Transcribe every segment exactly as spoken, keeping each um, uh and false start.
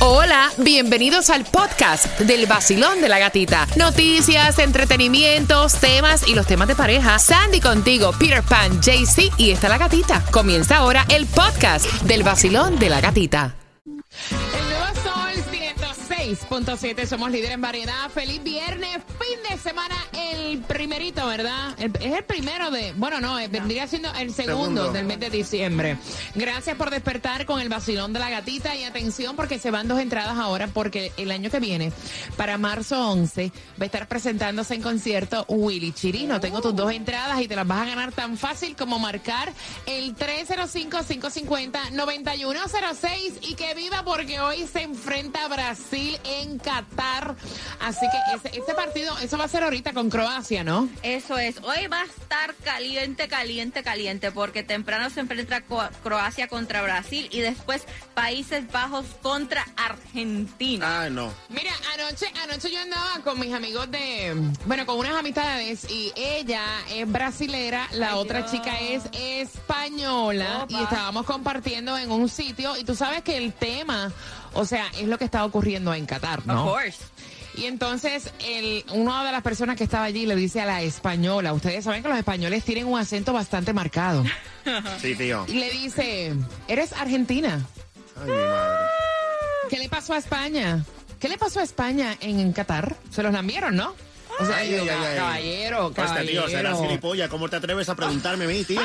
Hola, bienvenidos al podcast del Vacilón de la Gatita. Noticias, entretenimientos, temas y los temas de pareja. Sandy contigo, Peter Pan, J C y está la gatita. Comienza ahora el podcast del Vacilón de la Gatita. El nuevo Sol ciento seis punto siete, somos líderes en variedad. Feliz viernes, fin de semana, el primerito, ¿verdad? El, es el primero de, bueno, no, vendría siendo el segundo, segundo del mes de diciembre. Gracias por despertar con el Vacilón de la Gatita y atención porque se van dos entradas ahora porque el año que viene, para marzo once, va a estar presentándose en concierto Willy Chirino. Tengo tus dos entradas y te las vas a ganar tan fácil como marcar el tres cero cinco, cinco cinco cero, nueve uno cero seis y que viva porque hoy se enfrenta a Brasil en Qatar. Así que ese, ese partido, eso va a ser ahorita con Croacia, ¿no? Eso es. Hoy va a estar caliente, caliente, caliente, porque temprano se enfrenta Croacia contra Brasil y después Países Bajos contra Argentina. Ah, no. Mira, anoche, anoche yo andaba con mis amigos de, bueno, con unas amistades y ella es brasilera, la Ay, otra Dios. chica es española. Opa. Y estábamos compartiendo en un sitio y tú sabes que el tema, o sea, es lo que está ocurriendo en Qatar, ¿no? Of course. Y entonces, el, una de las personas que estaba allí le dice a la española, ustedes saben que los españoles tienen un acento bastante marcado. Sí, tío. Y le dice, ¿eres argentina? Ay, mi madre. ¿Qué le pasó a España? ¿Qué le pasó a España en, en Qatar? Se los lambieron, ¿no? O sea, Ay, digo, ay, ay, caballero, caballero. Hostia, tío, serás gilipollas. ¿Cómo te atreves a preguntarme a mí, tío?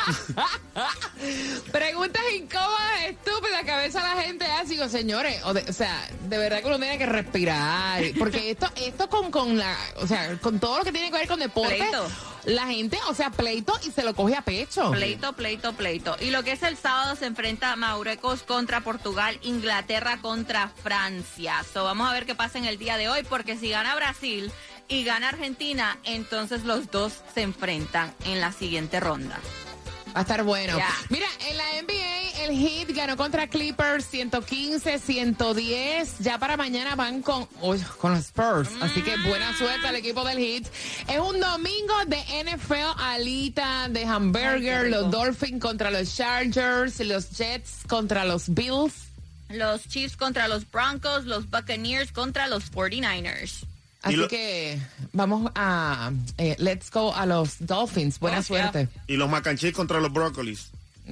Preguntas incómodas, estúpidas, que a veces la gente hace, digo, señores, o, de, o sea, de verdad que uno tiene que respirar, porque esto, esto con, con la, o sea, con todo lo que tiene que ver con deporte, pleito. La gente, o sea, pleito y se lo coge a pecho. Pleito, pleito, pleito. Y lo que es el sábado se enfrenta Marruecos contra Portugal, Inglaterra contra Francia. So, vamos a ver qué pasa en el día de hoy, porque si gana Brasil y gana Argentina, entonces los dos se enfrentan en la siguiente ronda. Va a estar bueno. Yeah. Mira, en la N B A, el Heat ganó contra Clippers ciento quince a ciento diez. Ya para mañana van con, uy, con los Spurs. Mm. Así que buena suerte al equipo del Heat. Es un domingo de N F L, alita de hamburger, Ay, los Dolphins contra los Chargers, los Jets contra los Bills. Los Chiefs contra los Broncos, los Buccaneers contra los cuarenta y nueve ers. Así lo... que vamos a eh, let's go a los Dolphins. Buena oh, suerte. Yeah. Y los mac and cheese contra los brócolis.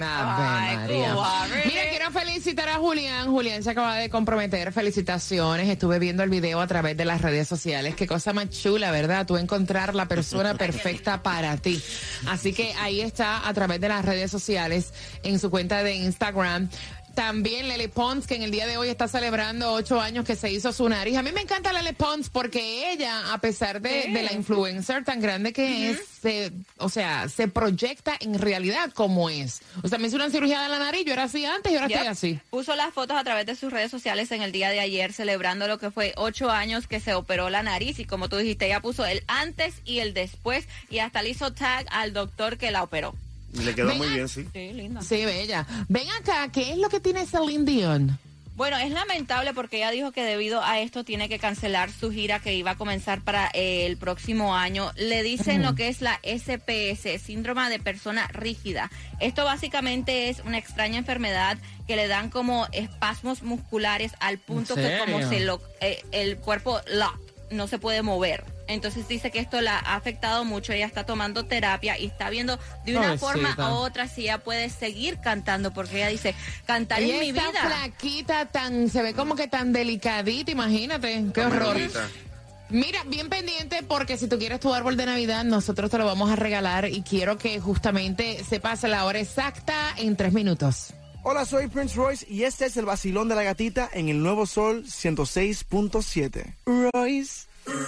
Ay, María. Mira, quiero felicitar a Julián. Julián se acaba de comprometer. Felicitaciones. Estuve viendo el video a través de las redes sociales. Qué cosa más chula, ¿verdad? Tú encontrar la persona perfecta para ti. Así que ahí está a través de las redes sociales en su cuenta de Instagram. También Lele Pons, que en el día de hoy está celebrando ocho años que se hizo su nariz. A mí me encanta Lele Pons porque ella, a pesar de, de la influencer tan grande que uh-huh. es, se, o sea, se proyecta en realidad como es. O sea, me hizo una cirugía de la nariz, yo era así antes y ahora yep. estoy así. Puso las fotos a través de sus redes sociales en el día de ayer celebrando lo que fue ocho años que se operó la nariz y como tú dijiste, ella puso el antes y el después y hasta le hizo tag al doctor que la operó. Le quedó Ven muy a... bien, sí. Sí, linda. Sí, bella. Ven acá, ¿qué es lo que tiene Celine Dion? Bueno, es lamentable porque ella dijo que debido a esto tiene que cancelar su gira que iba a comenzar para eh, el próximo año. Le dicen uh-huh. lo que es la S P S, síndrome de persona rígida. Esto básicamente es una extraña enfermedad que le dan como espasmos musculares al punto que como se lo, eh, el cuerpo lock, no se puede mover. Entonces dice que esto la ha afectado mucho. Ella está tomando terapia y está viendo de una Pobrecita. forma a otra si ella puede seguir cantando, porque ella dice, cantar ella es mi está vida. Flaquita, tan, se ve como que tan delicadita, imagínate, qué horror. Bonita. Mira, bien pendiente porque si tú quieres tu árbol de Navidad, nosotros te lo vamos a regalar y quiero que justamente se pase la hora exacta en tres minutos. Hola, soy Prince Royce y este es el Vacilón de la Gatita en el Nuevo Sol ciento seis punto siete. Royce.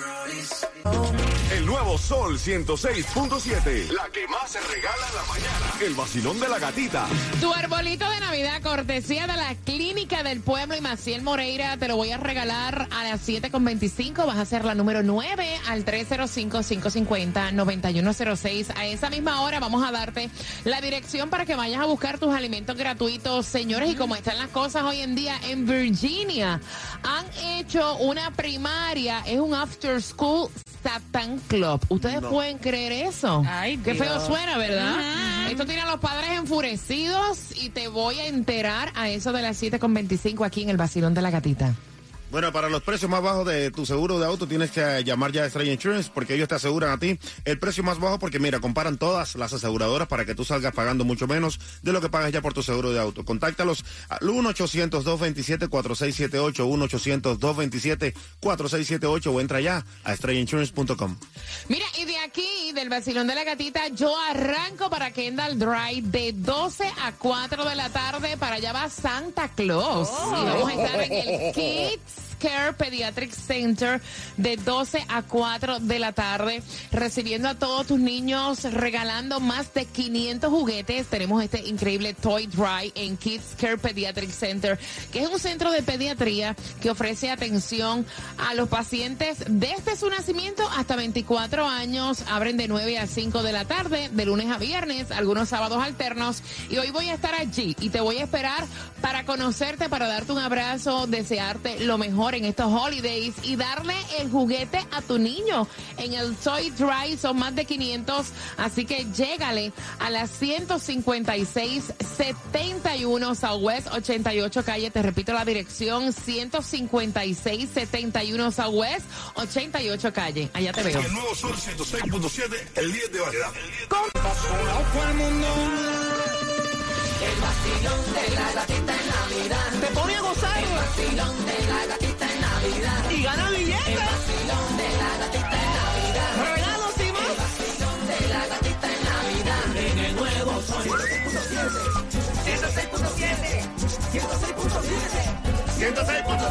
El Nuevo Sol ciento seis punto siete. La que más se regala en la mañana. El Vacilón de la Gatita. Tu arbolito de Navidad, cortesía de la Clínica del Pueblo y Maciel Moreira. Te lo voy a regalar a las siete con veinticinco. Vas a ser la número nueve al tres cero cinco, cinco cinco cero, nueve uno cero seis. A esa misma hora vamos a darte la dirección para que vayas a buscar tus alimentos gratuitos. Señores, y como están las cosas hoy en día en Virginia, han hecho una primaria. Es un after school Satan Club. ¿Ustedes no. pueden creer eso? Ay, Qué Dios. feo suena, ¿verdad? Uh-huh. Esto tiene a los padres enfurecidos y te voy a enterar a eso de las siete con veinticinco aquí en el Vacilón de la Gatita. Bueno, para los precios más bajos de tu seguro de auto tienes que llamar ya a Estrella Insurance porque ellos te aseguran a ti el precio más bajo porque mira, comparan todas las aseguradoras para que tú salgas pagando mucho menos de lo que pagas ya por tu seguro de auto. Contáctalos al uno ochocientos, dos veintisiete, cuatro seis siete ocho, uno ochocientos, dos veintisiete, cuatro seis siete ocho o entra ya a estrella insurance punto com. Mira, y de aquí, del Vacilón de la Gatita, yo arranco para Kendall Drive de doce a cuatro de la tarde. Para allá va Santa Claus. Oh. Y vamos a estar en el Kids Care Pediatric Center de doce a cuatro de la tarde, recibiendo a todos tus niños, regalando más de quinientos juguetes. Tenemos este increíble Toy Drive en Kids Care Pediatric Center, que es un centro de pediatría que ofrece atención a los pacientes desde su nacimiento hasta veinticuatro años. Abren de nueve a cinco de la tarde, de lunes a viernes, algunos sábados alternos. Y hoy voy a estar allí y te voy a esperar para conocerte, para darte un abrazo, desearte lo mejor en estos holidays y darle el juguete a tu niño. En el Toy Drive son más de quinientos, así que llégale a las ciento cincuenta y seis setenta y uno Southwest ochenta y ocho calle. Te repito la dirección, ciento cincuenta y seis setenta y uno Southwest ochenta y ocho calle. Allá te veo. El nuevo Sol ciento seis punto siete, el líder de variedad. El vacilón de la Gatita en Navidad. Te pone a gozar. El vacilón de la Gatita en Navidad. Y gana billetes. El vacilón de la Gatita en Navidad. Regalos y más. El vacilón de la Gatita en Navidad. En el nuevo Sol ciento seis punto siete. ciento seis punto siete. ciento seis punto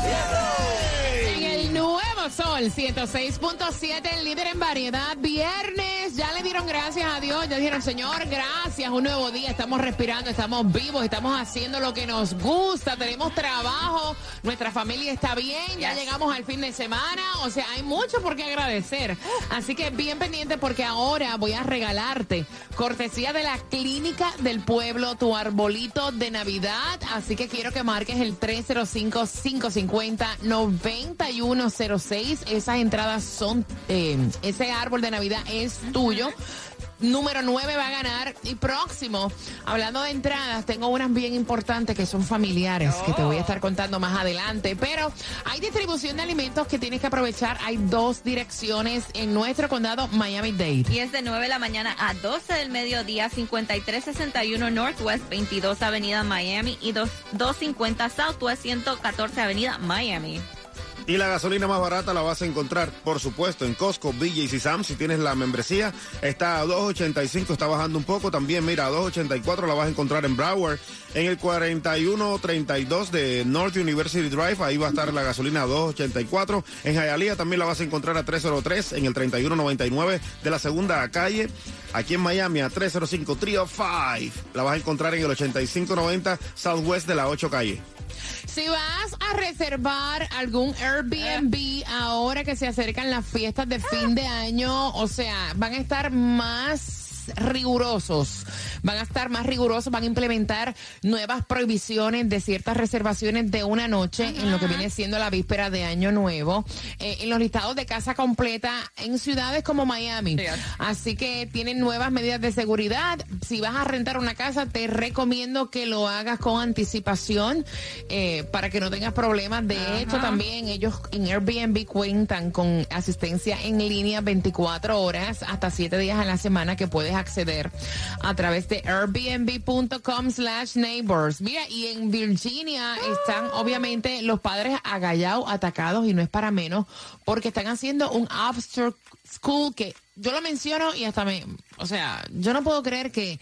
siete. En el nuevo Sol ciento seis punto siete, el líder en variedad. Viernes, ya le dieron gracias a Dios, ya dijeron, Señor, gracias, un nuevo día, estamos respirando, estamos vivos, estamos haciendo lo que nos gusta, tenemos trabajo, nuestra familia está bien, ya Yes. llegamos al fin de semana, o sea, hay mucho por qué agradecer. Así que bien pendiente porque ahora voy a regalarte, cortesía de la Clínica del Pueblo, tu arbolito de Navidad. Así que quiero que marques el tres cero cinco, cinco cinco cero, nueve uno cero seis. Esas entradas son, eh, ese árbol de Navidad es tuyo. Número nueve va a ganar. Y próximo, hablando de entradas, tengo unas bien importantes que son familiares, oh. que te voy a estar contando más adelante. Pero hay distribución de alimentos que tienes que aprovechar. Hay dos direcciones en nuestro condado, Miami-Dade. Y es de nueve de la mañana a doce del mediodía, cincuenta y tres sesenta y uno Northwest veintidós Avenida Miami y doscientos cincuenta Southwest ciento catorce Avenida Miami. Y la gasolina más barata la vas a encontrar, por supuesto, en Costco, B J's y Sam's. Si tienes la membresía, está a dos ochenta y cinco, está bajando un poco. También, mira, a dos ochenta y cuatro la vas a encontrar en Broward. En el cuarenta y uno treinta y dos de North University Drive, ahí va a estar la gasolina a dos ochenta y cuatro. En Hialeah también la vas a encontrar a tres cero tres, en el treinta y uno noventa y nueve de la segunda calle. Aquí en Miami a tres cero cinco, tres cero cinco. La vas a encontrar en el ochenta y cinco noventa Southwest de la ocho calle. Si vas a reservar algún Airbnb ahora que se acercan las fiestas de fin de año, o sea, van a estar más rigurosos, van a estar más rigurosos, van a implementar nuevas prohibiciones de ciertas reservaciones de una noche uh-huh. en lo que viene siendo la víspera de Año Nuevo, eh, en los listados de casa completa en ciudades como Miami. Sí. Así que tienen nuevas medidas de seguridad. Si vas a rentar una casa, te recomiendo que lo hagas con anticipación eh, para que no tengas problemas. De uh-huh. hecho, también ellos en Airbnb cuentan con asistencia en línea veinticuatro horas hasta siete días a la semana que puedes acceder a través de airbnb.com slash neighbors. Mira, y en Virginia están obviamente los padres agallados, atacados, y no es para menos, porque están haciendo un after school que yo lo menciono y hasta me, o sea, yo no puedo creer que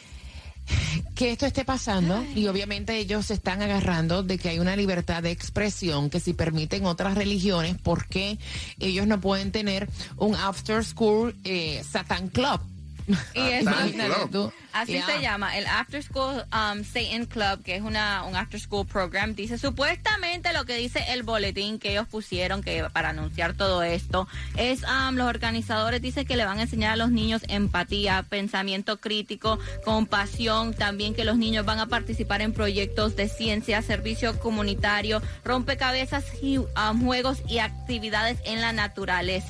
que esto esté pasando. Ay. Y obviamente ellos se están agarrando de que hay una libertad de expresión que si permiten otras religiones, ¿por qué ellos no pueden tener un after school eh, Satan Club? Y es tú. Así yeah. se llama, el After School um, Satan Club, que es una un after school program. Dice, supuestamente lo que dice el boletín que ellos pusieron que para anunciar todo esto es, um, los organizadores dicen que le van a enseñar a los niños empatía, pensamiento crítico, compasión, también que los niños van a participar en proyectos de ciencia, servicio comunitario, rompecabezas, y, um, juegos y actividades en la naturaleza. Que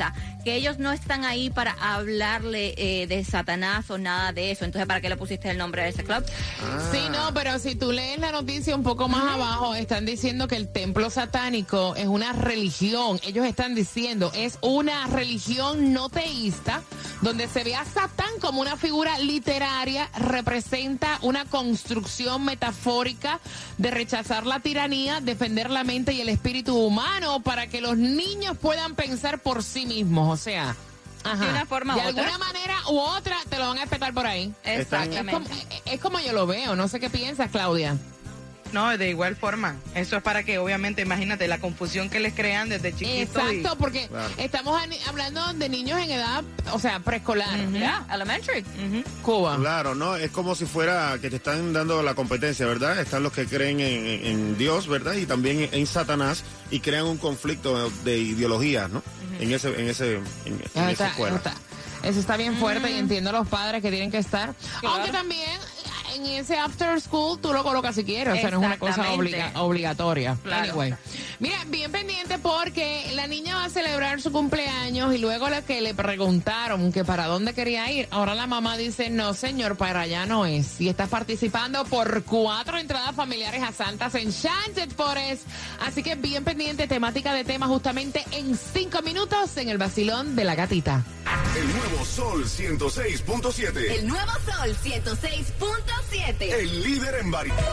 que ellos no están ahí para hablarle eh, de Satanás o nada de eso. Entonces, ¿para qué le pusiste el nombre de ese club? Ah. Sí, no, pero si tú lees la noticia un poco más abajo, están diciendo que el templo satánico es una religión. Ellos están diciendo, es una religión no teísta, donde se ve a Satán como una figura literaria, representa una construcción metafórica de rechazar la tiranía, defender la mente y el espíritu humano para que los niños puedan pensar por sí mismos. O sea, ajá, de una forma de u otra. alguna manera u otra te lo van a espetar por ahí. Exactamente. Es como, es como yo lo veo, no sé qué piensas, Claudia. No, de igual forma. Eso es para que, obviamente, imagínate la confusión que les crean desde chiquitos. Exacto, y... porque Claro. estamos ani- hablando de niños en edad, o sea, preescolar. Uh-huh. Yeah, elementary. Ujú. Cuba. Claro, no, es como si fuera que te están dando la competencia, ¿verdad? Están los que creen en, en- en Dios, ¿verdad? Y también en, en Satanás y crean un conflicto de ideologías, ¿no? En ese, en ese, en, en Eso esa está, escuela. eso está- eso está bien fuerte y entiendo a los padres que tienen que estar. Claro. Aunque también en ese after school tú lo colocas si quieres, o sea, no es una cosa Exactamente. obliga- obligatoria. Claro. Anyway. Mira, bien pendiente porque la niña va a celebrar su cumpleaños y luego lo que le preguntaron que para dónde quería ir, ahora la mamá dice, no señor, para allá no es. Y estás participando por cuatro entradas familiares a Santa's Enchanted Forest. Así que bien pendiente, temática de tema justamente en cinco minutos en el vacilón de la gatita. El nuevo Sol ciento seis punto siete. El nuevo Sol ciento seis punto siete. El líder en variedad.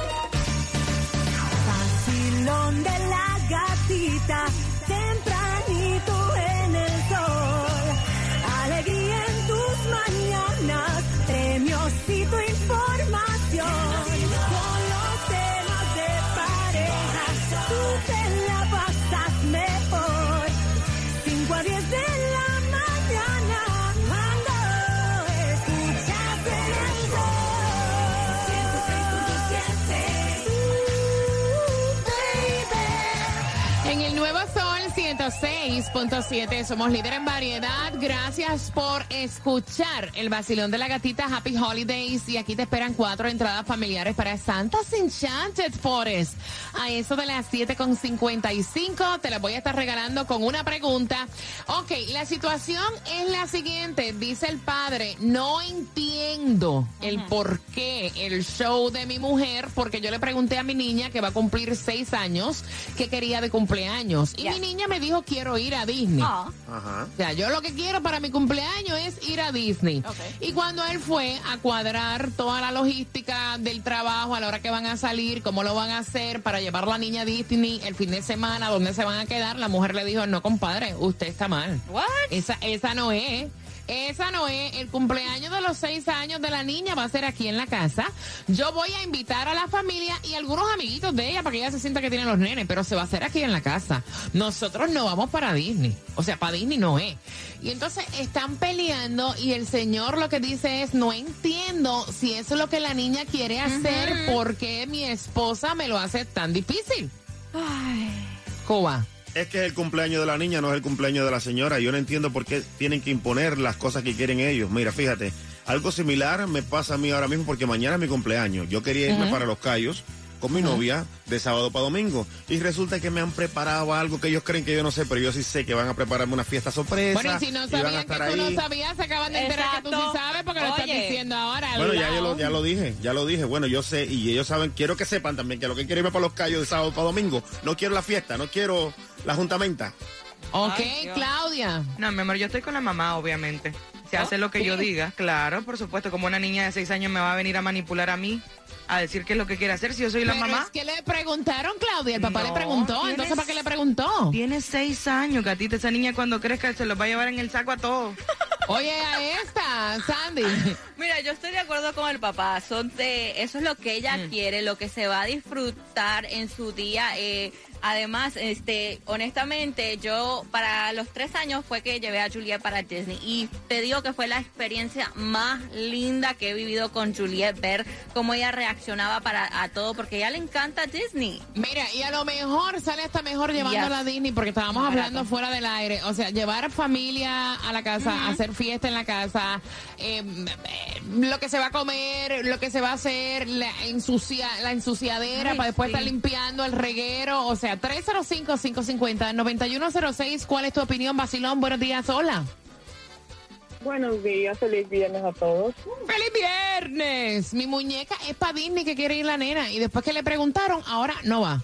Vacilón de la gatita, tempranito en el sol. Alegría en tus mañanas, premios y tu información. Con los temas de pareja, tú te la pasas mejor. cinco a diez de la mañana, cuando escuchas el sol. ciento seis punto siete. En el Nuevo Sol ciento seis punto siete somos líder en variedad. Gracias por escuchar el vacilón de la gatita. Happy Holidays. Y aquí te esperan cuatro entradas familiares para Santa's Enchanted Forest. A eso de las siete con cincuenta y cinco te las voy a estar regalando con una pregunta. Ok, la situación es la siguiente. Dice el padre, no entiendo el por qué el show de mi mujer, porque yo le pregunté a mi niña que va a cumplir seis años, qué quería de cumpleaños. Y Yes. mi niña me dijo, quiero ir a Disney. Ah, Ajá. O sea, yo lo que quiero para mi cumpleaños es ir a Disney. Ok. Y cuando él fue a cuadrar toda la logística del trabajo, a la hora que van a salir, cómo lo van a hacer para llevar la niña a Disney el fin de semana, dónde se van a quedar, la mujer le dijo, no, compadre, usted está mal. what? Esa, esa no es. Esa no es. El cumpleaños de los seis años de la niña va a ser aquí en la casa. Yo voy a invitar a la familia y algunos amiguitos de ella para que ella se sienta que tiene los nenes, pero se va a hacer aquí en la casa. Nosotros no vamos para Disney. O sea, para Disney no es. Y entonces están peleando y el señor lo que dice es, no entiendo si eso es lo que la niña quiere hacer, ¿por qué mi esposa me lo hace tan difícil? Cuba. Es que es el cumpleaños de la niña, no es el cumpleaños de la señora. Yo no entiendo por qué tienen que imponer las cosas que quieren ellos. Mira, fíjate, algo similar me pasa a mí ahora mismo porque mañana es mi cumpleaños. Yo quería irme para Los Cayos con mi novia de sábado para domingo. Y resulta que me han preparado algo que ellos creen que yo no sé, pero yo sí sé que van a prepararme una fiesta sorpresa. Bueno, y si no y van a sabían que estar tú ahí. no sabías, se acaban de enterar que tú sí Exacto. sabes porque lo estás Oye. diciendo ahora. al Bueno, ya, yo lado. lo, ya lo dije, ya lo dije. Bueno, yo sé y ellos saben, quiero que sepan también que lo que quiero irme para Los Cayos de sábado para domingo. No quiero la fiesta, no quiero la juntamenta. Ok, Ay, Dios. Claudia. No, mi amor, yo estoy con la mamá, obviamente. Se hace lo que yo diga, claro, por supuesto. Como una niña de seis años me va a venir a manipular a mí, a decir qué es lo que quiere hacer si yo soy la Pero mamá. es que le preguntaron, Claudia. El papá No, le preguntó. tienes- Entonces, ¿para qué le preguntó? Tiene seis años, gatita. Esa niña cuando crezca se los va a llevar en el saco a todos. Oye, a esta, Sandy. Mira, yo estoy de acuerdo con el papá. Son de, eso es lo que ella quiere, lo que se va a disfrutar en su día. Eh, además, este, honestamente, yo para los tres años fue que llevé a Juliet para Disney y te digo que fue la experiencia más linda que he vivido con Juliet, ver cómo ella reaccionaba para a todo, porque a ella le encanta Disney. Mira, y a lo mejor sale hasta mejor llevándola Yes. a Disney porque estábamos Más hablando barato. fuera del aire. O sea, llevar familia a la casa, hacer fiesta en la casa, eh, eh, lo que se va a comer, lo que se va a hacer, la, ensucia, la ensuciadera Ay, para después sí. estar limpiando el reguero. O sea, tres cero cinco, cinco cinco cero, nueve uno cero seis. ¿Cuál es tu opinión, Basilón? Buenos días, hola. Buenos días, feliz viernes a todos. ¡Feliz viernes! Mi muñeca es para Disney que quiere ir la nena. Y después que le preguntaron, ahora no va.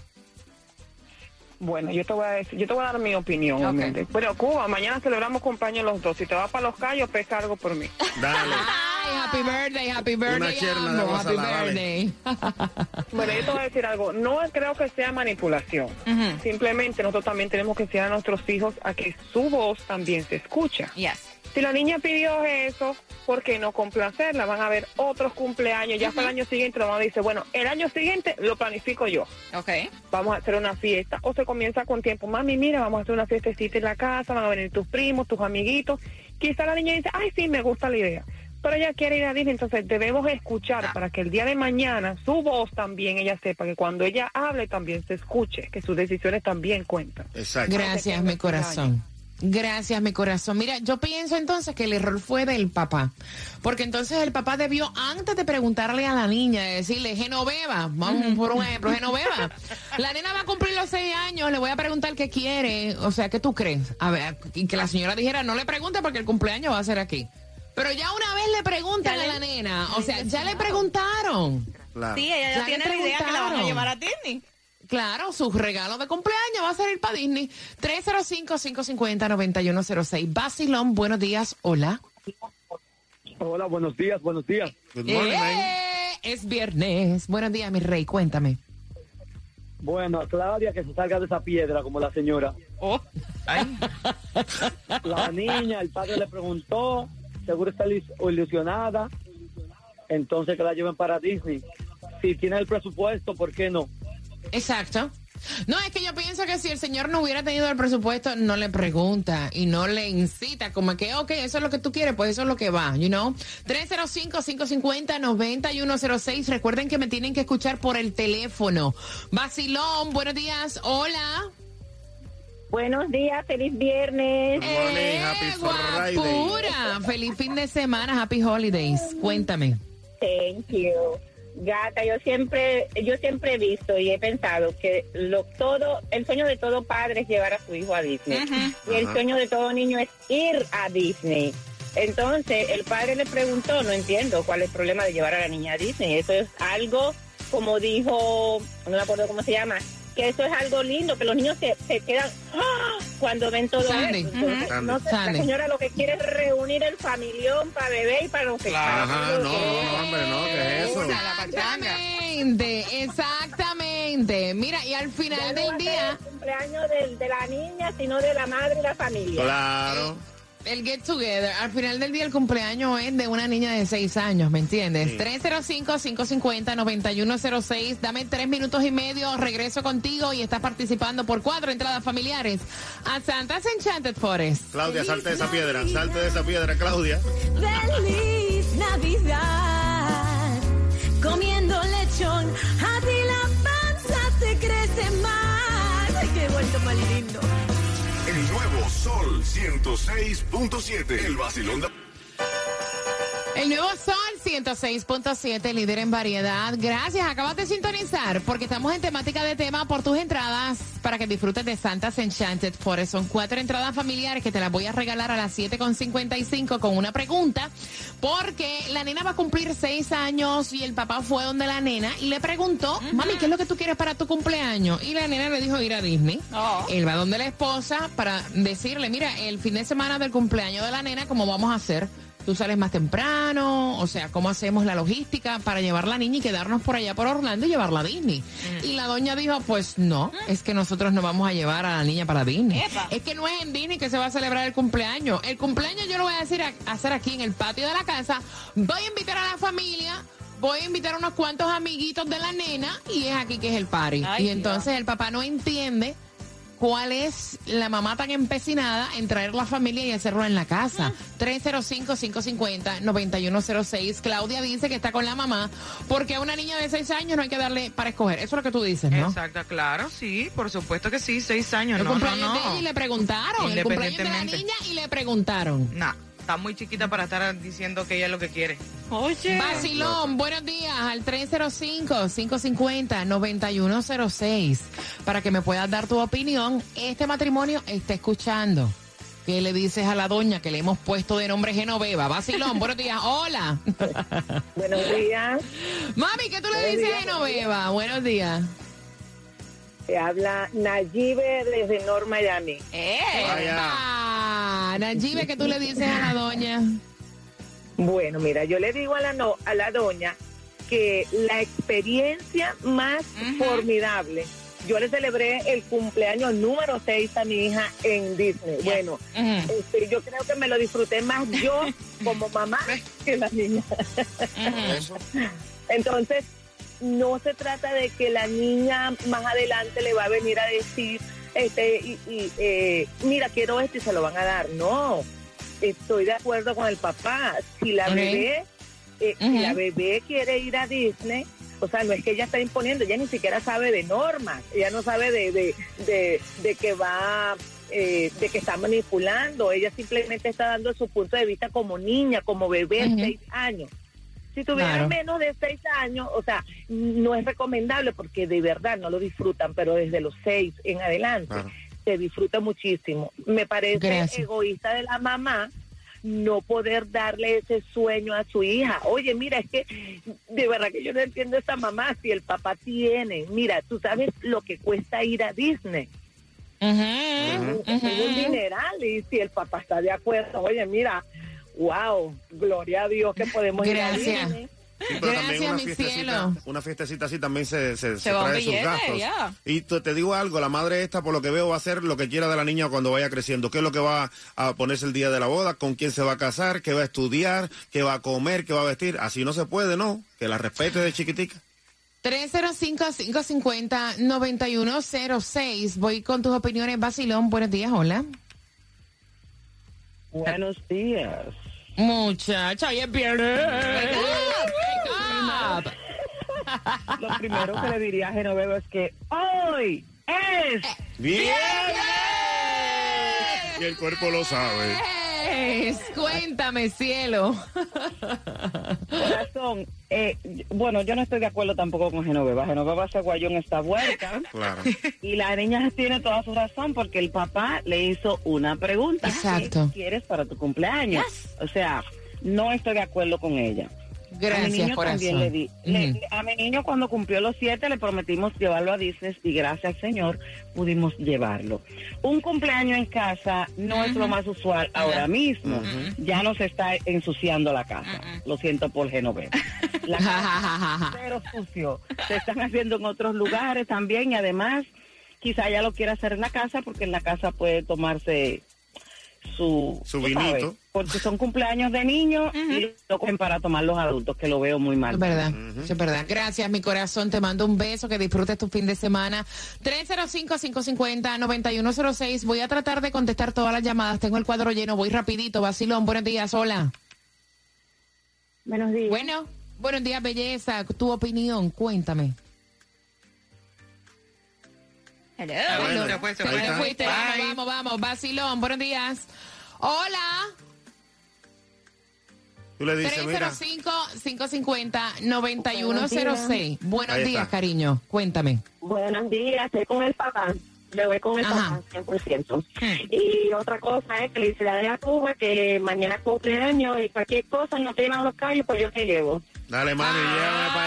Bueno, yo te voy a decir, yo te voy a dar mi opinión, Ok. obviamente. Pero Cuba, mañana celebramos cumpleaños los dos. Si te vas para Los Cayos, pesa algo por mí. Dale. Ay, happy birthday, happy birthday, cherna de amo, agua happy salada, dale. birthday. Bueno, yo te voy a decir algo. No creo que sea manipulación. Simplemente nosotros también tenemos que enseñar a nuestros hijos a que su voz también se escucha. Yes. Si la niña pidió eso, ¿por qué no complacerla? Van a haber otros cumpleaños. Ya para el año siguiente la mamá dice, bueno, el año siguiente lo planifico yo. Ok. Vamos a hacer una fiesta. O se comienza con tiempo. Mami, mira, vamos a hacer una fiestecita en la casa, van a venir tus primos, tus amiguitos. Quizá la niña dice, ay, sí, me gusta la idea. Pero ella quiere ir a Disney, entonces debemos escuchar para que el día de mañana su voz también ella sepa que cuando ella hable también se escuche, que sus decisiones también cuentan. Exacto. Gracias, mi corazón. Gracias, mi corazón. Mira, yo pienso entonces que el error fue del papá. Porque entonces el papá debió, antes de preguntarle a la niña, de decirle, Genoveva, vamos por un ejemplo, Genoveva, la nena va a cumplir los seis años, le voy a preguntar qué quiere. O sea, ¿qué tú crees? A ver, y que la señora dijera, no le pregunte porque el cumpleaños va a ser aquí. Pero ya una vez le preguntan Ya a le- la nena, o sea, ya le preguntaron. Claro. Sí, ella ya, Ya tiene le la idea que la van a preguntaron. llevar a Disney. Claro, su regalo de cumpleaños va a ser ir para Disney. tres cero cinco, cinco cinco cero, nueve uno cero seis. Basilón, buenos días. Hola. Hola, buenos días, buenos días. Good morning, man. Eh, es viernes. Buenos días, mi rey. Cuéntame. Bueno, a Claudia que se salga de esa piedra como la señora. Oh, ay. La niña, el padre le preguntó, seguro está ilus- ilusionada, entonces que la lleven para Disney. Si tiene el presupuesto, ¿por qué no? Exacto. No, es que yo pienso que si el señor no hubiera tenido el presupuesto, no le pregunta y no le incita, como que, ok, eso es lo que tú quieres, pues eso es lo que va, you know. tres cero cinco, cinco cinco cero, nueve uno cero seis. Recuerden que me tienen que escuchar por el teléfono. Basilón, buenos días. Hola. Buenos días, feliz viernes. Good morning, happy Friday. Guapura. Feliz fin de semana, happy holidays. Cuéntame. Thank you. Gata, yo siempre, yo siempre he visto y he pensado que lo todo, el sueño de todo padre es llevar a su hijo a Disney. Y el Ajá. sueño de todo niño es ir a Disney. Entonces, el padre le preguntó, no entiendo cuál es el problema de llevar a la niña a Disney. Eso es algo, como dijo, no me acuerdo cómo se llama, que eso es algo lindo, que los niños se, se quedan ¡ah! Cuando ven todo Sandy. eso. Entonces, Ujú. no sé, Sandy. la señora lo que quiere es reunir el familión para bebé y para lo que para Ajá, lo no, que- no, hombre, no, ¿qué es eso? La pachanga. Exactamente, exactamente. Mira, y al Ya final no va del a ser día, el cumpleaños del- de la niña, sino de la madre y la familia. Claro. el get together, al final del día el cumpleaños es de una niña de seis años, ¿me entiendes? Sí. tres cero cinco, cinco cinco cero, nueve uno cero seis. Dame tres minutos y medio, regreso contigo y estás participando por cuatro entradas familiares a Santa's Enchanted Forest. Claudia, salte de esa piedra, salte de esa piedra, Claudia. Feliz Navidad, comiendo lechón, a ti la panza te crece más. Ay, qué vuelto más lindo. El nuevo Sol ciento seis punto siete. El vacilón de... El nuevo Sol ciento seis punto siete, líder en variedad. Gracias, acabas de sintonizar porque estamos en temática de tema por tus entradas para que disfrutes de Santa's Enchanted Forest. Son cuatro entradas familiares que te las voy a regalar a las siete con cincuenta y cinco con una pregunta porque la nena va a cumplir seis años y el papá fue donde la nena y le preguntó, mami, ¿qué es lo que tú quieres para tu cumpleaños? Y la nena le dijo ir a Disney. Oh. Él va donde la esposa para decirle, mira, el fin de semana del cumpleaños de la nena, ¿cómo vamos a hacer? Tú sales más temprano, o sea, ¿cómo hacemos la logística para llevar la niña y quedarnos por allá por Orlando y llevarla a Disney? Mm. Y la doña dijo, pues no, es que nosotros no vamos a llevar a la niña para Disney. Epa. Es que no es en Disney que se va a celebrar el cumpleaños. El cumpleaños yo lo voy a decir a- hacer aquí en el patio de la casa. Voy a invitar a la familia, voy a invitar a unos cuantos amiguitos de la nena y es aquí que es el party. Ay, y entonces el papá no entiende cuál es la mamá tan empecinada en traer la familia y hacerlo en la casa. tres cero cinco, cinco cinco cero, nueve uno cero seis. Claudia dice que está con la mamá porque a una niña de seis años no hay que darle para escoger. Eso es lo que tú dices, ¿no? Exacto, claro, sí, por supuesto que sí, seis años, El no, no, cumpleaños de no. ella y le preguntaron. El cumpleaños de la Independientemente. niña y le preguntaron. Nah, está muy chiquita para estar diciendo que ella es lo que quiere. Oye. Vacilón, buenos días al tres cero cinco, cinco cinco cero, nueve uno cero seis para que me puedas dar tu opinión. Este matrimonio está escuchando. ¿qué le dices a la doña que le hemos puesto de nombre Genoveva? Vacilón, buenos días. Hola. Buenos días. Mami, ¿qué tú le Buenos dices días, a Genoveva? Buenos días. Te habla Nayibe desde North Miami. ¡Epa! Nayibe, ¿qué tú le dices a la doña? Bueno, mira, yo le digo a la, no, a la doña que la experiencia más uh-huh. formidable, yo le celebré el cumpleaños número seis a mi hija en Disney. Yeah. Bueno, uh-huh. este, yo creo que me lo disfruté más yo como mamá que la niña. Uh-huh. Entonces, no se trata de que la niña más adelante le va a venir a decir, este, y, y, eh, mira, quiero esto y se lo van a dar. No, estoy de acuerdo con el papá. Si la okay. bebé, eh, uh-huh. si la bebé quiere ir a Disney, o sea, no es que ella está imponiendo, ella ni siquiera sabe de normas, ella no sabe de, de, de, de que va, eh, de que está manipulando, ella simplemente está dando su punto de vista como niña, como bebé de uh-huh. seis años. Si tuviera claro. menos de seis años, o sea, no es recomendable porque de verdad no lo disfrutan, pero desde los seis en adelante claro. se disfruta muchísimo. Me parece Gracias. egoísta de la mamá no poder darle ese sueño a su hija. Oye, mira, es que de verdad que yo no entiendo a esa mamá. Si el papá tiene, mira, tú sabes lo que cuesta ir a Disney. Uh-huh, uh-huh. Es un dineral, y si el papá está de acuerdo, oye, mira, wow, gloria a Dios que podemos Gracias. ir a Disney. Sí, pero Gracias, también una mi fiestecita, cielo. una fiestecita así también se, se, se, Se se va un trae sus billete, gastos. ya. Y te, te digo algo, la madre esta, por lo que veo, va a hacer lo que quiera de la niña cuando vaya creciendo. ¿Qué es lo que va a ponerse el día de la boda? ¿Con quién se va a casar? ¿Qué va a estudiar? ¿Qué va a comer? ¿Qué va a vestir? Así no se puede, ¿no? Que la respete de chiquitica. tres cero cinco, cinco cinco cero, nueve uno cero seis. Voy con tus opiniones, Vacilón. Buenos días, hola. Buenos días. Muchacha, ya pierde. Lo primero que le diría a Genoveva es que hoy es ¡Viernes! Y el cuerpo lo sabe. Cuéntame, cielo. Corazón, eh, bueno, yo no estoy de acuerdo tampoco con Genoveva. Genoveva se guayó en esta vuelta. Claro. Y la niña tiene toda su razón porque el papá le hizo una pregunta. Exacto. ¿Qué quieres para tu cumpleaños? Yes. O sea, no estoy de acuerdo con ella. Gracias, a mi niño corazón. También le di, Uh-huh. le, a mi niño cuando cumplió los siete le prometimos llevarlo a Disney y gracias al Señor pudimos llevarlo. Un cumpleaños en casa no uh-huh. es lo más usual uh-huh. ahora mismo. Uh-huh. Ya nos está ensuciando la casa. Uh-huh. Lo siento por Genoveva. La casa pero sucio. Se están haciendo en otros lugares también y además quizá ella lo quiera hacer en la casa porque en la casa puede tomarse su, su vinito. ¿Sabes? Porque son cumpleaños de niños uh-huh. y lo cogen para tomar los adultos, que lo veo muy mal. Es verdad, uh-huh. es verdad. Gracias, mi corazón. Te mando un beso, que disfrutes tu fin de semana. tres cero cinco, cinco cinco cero, nueve uno cero seis. Voy a tratar de contestar todas las llamadas. Tengo el cuadro lleno. Voy rapidito. Vacilón, buenos días. Hola. Buenos días. Bueno, buenos días, belleza. Tu opinión, cuéntame. Hello. Ah, bueno, Hello. se Se fue, se fue. fuiste. Vamos, vamos, vamos. Vacilón, buenos días. Hola. Tú le dices, tres cero cinco, cinco cinco cero, nueve uno cero seis. Buenos Ahí días, está. cariño. Cuéntame. Buenos días, estoy con el papá. Le voy con el Ajá. papá, cien por ciento. Y otra cosa es, felicidades a Cuba, que mañana es cumpleaños y cualquier cosa, no te llevan los callos, pues yo te llevo. Dale, mami, Ay, llévame para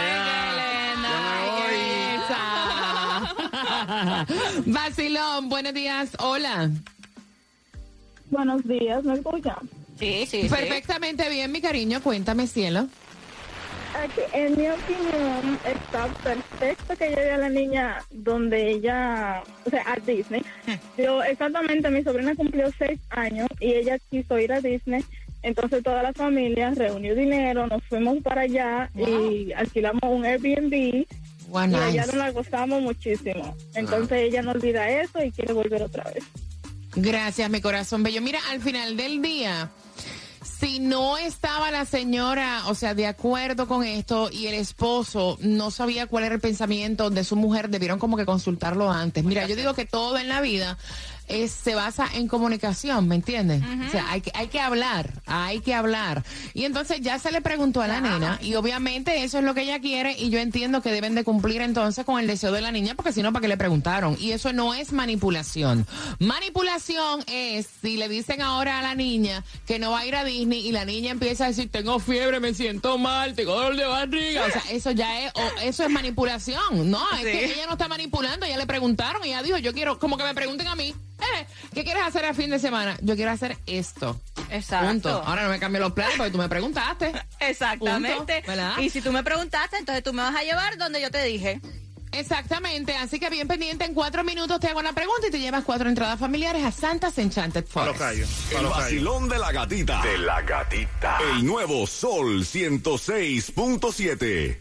allá. Qué linda, Vacilón, buenos días. Hola. Buenos días, ¿me escuchan? Sí, sí, Perfectamente bien, mi cariño. Cuéntame, cielo. Aquí, en mi opinión, está perfecto que lleve a la niña donde ella, o sea, a Disney. Yo, exactamente, mi sobrina cumplió seis años y ella quiso ir a Disney. Entonces toda la familia reunió dinero, nos fuimos para allá wow. y alquilamos un Airbnb. Wow, y nice. allá nos la gozamos muchísimo. Entonces wow. ella no olvida eso y quiere volver otra vez. Gracias, mi corazón bello. Mira, al final del día, si no estaba la señora, o sea, de acuerdo con esto y el esposo no sabía cuál era el pensamiento de su mujer, debieron como que consultarlo antes. Mira, yo digo que todo en la vida es, se basa en comunicación, ¿me entiendes? Uh-huh. O sea, hay que, hay que hablar, hay que hablar. Y entonces ya se le preguntó a la nena y obviamente eso es lo que ella quiere y yo entiendo que deben de cumplir entonces con el deseo de la niña porque si no, ¿para qué le preguntaron? Y eso no es manipulación. Manipulación es si le dicen ahora a la niña que no va a ir a Disney y la niña empieza a decir, tengo fiebre, me siento mal, tengo dolor de barriga. O sea, eso ya es, o, eso es manipulación. No, es sí. que ella no está manipulando, ella le preguntaron y ella dijo, yo quiero, como que me pregunten a mí, eh, ¿qué quieres hacer a fin de semana? Yo quiero hacer esto. Exacto. Punto. Ahora no me cambio los planes porque tú me preguntaste. Exactamente. Punto, y si tú me preguntaste, entonces tú me vas a llevar donde yo te dije. Exactamente, así que bien pendiente, en cuatro minutos te hago una pregunta y te llevas cuatro entradas familiares a Santa's Enchanted Forest. El vacilón de la gatita. De la gatita. El nuevo Sol ciento seis punto siete.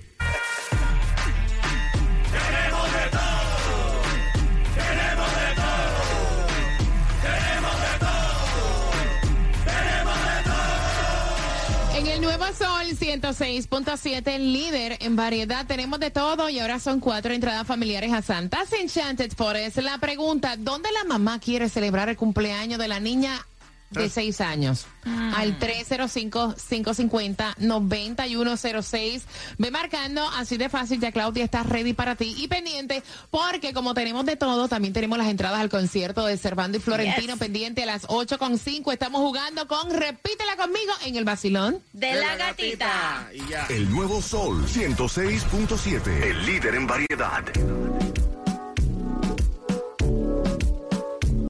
Queremos de todo. Queremos de todo. Queremos de todo. Queremos de todo. En el nuevo Sol ciento seis punto siete, líder en variedad, tenemos de todo y ahora son cuatro entradas familiares a Santa's Enchanted Forest. La pregunta, ¿dónde la mamá quiere celebrar el cumpleaños de la niña de seis años? Mm. Al tres cero cinco, cinco cinco cero, nueve uno cero seis. Ve marcando, así de fácil, ya Claudia está ready para ti y pendiente, porque como tenemos de todo, también tenemos las entradas al concierto de Servando y Florentino, yes. pendiente a las ocho con cinco. Estamos jugando con Repítela conmigo en el vacilón de, de la, la gatita. gatita. El nuevo Sol ciento seis punto siete, el líder en variedad.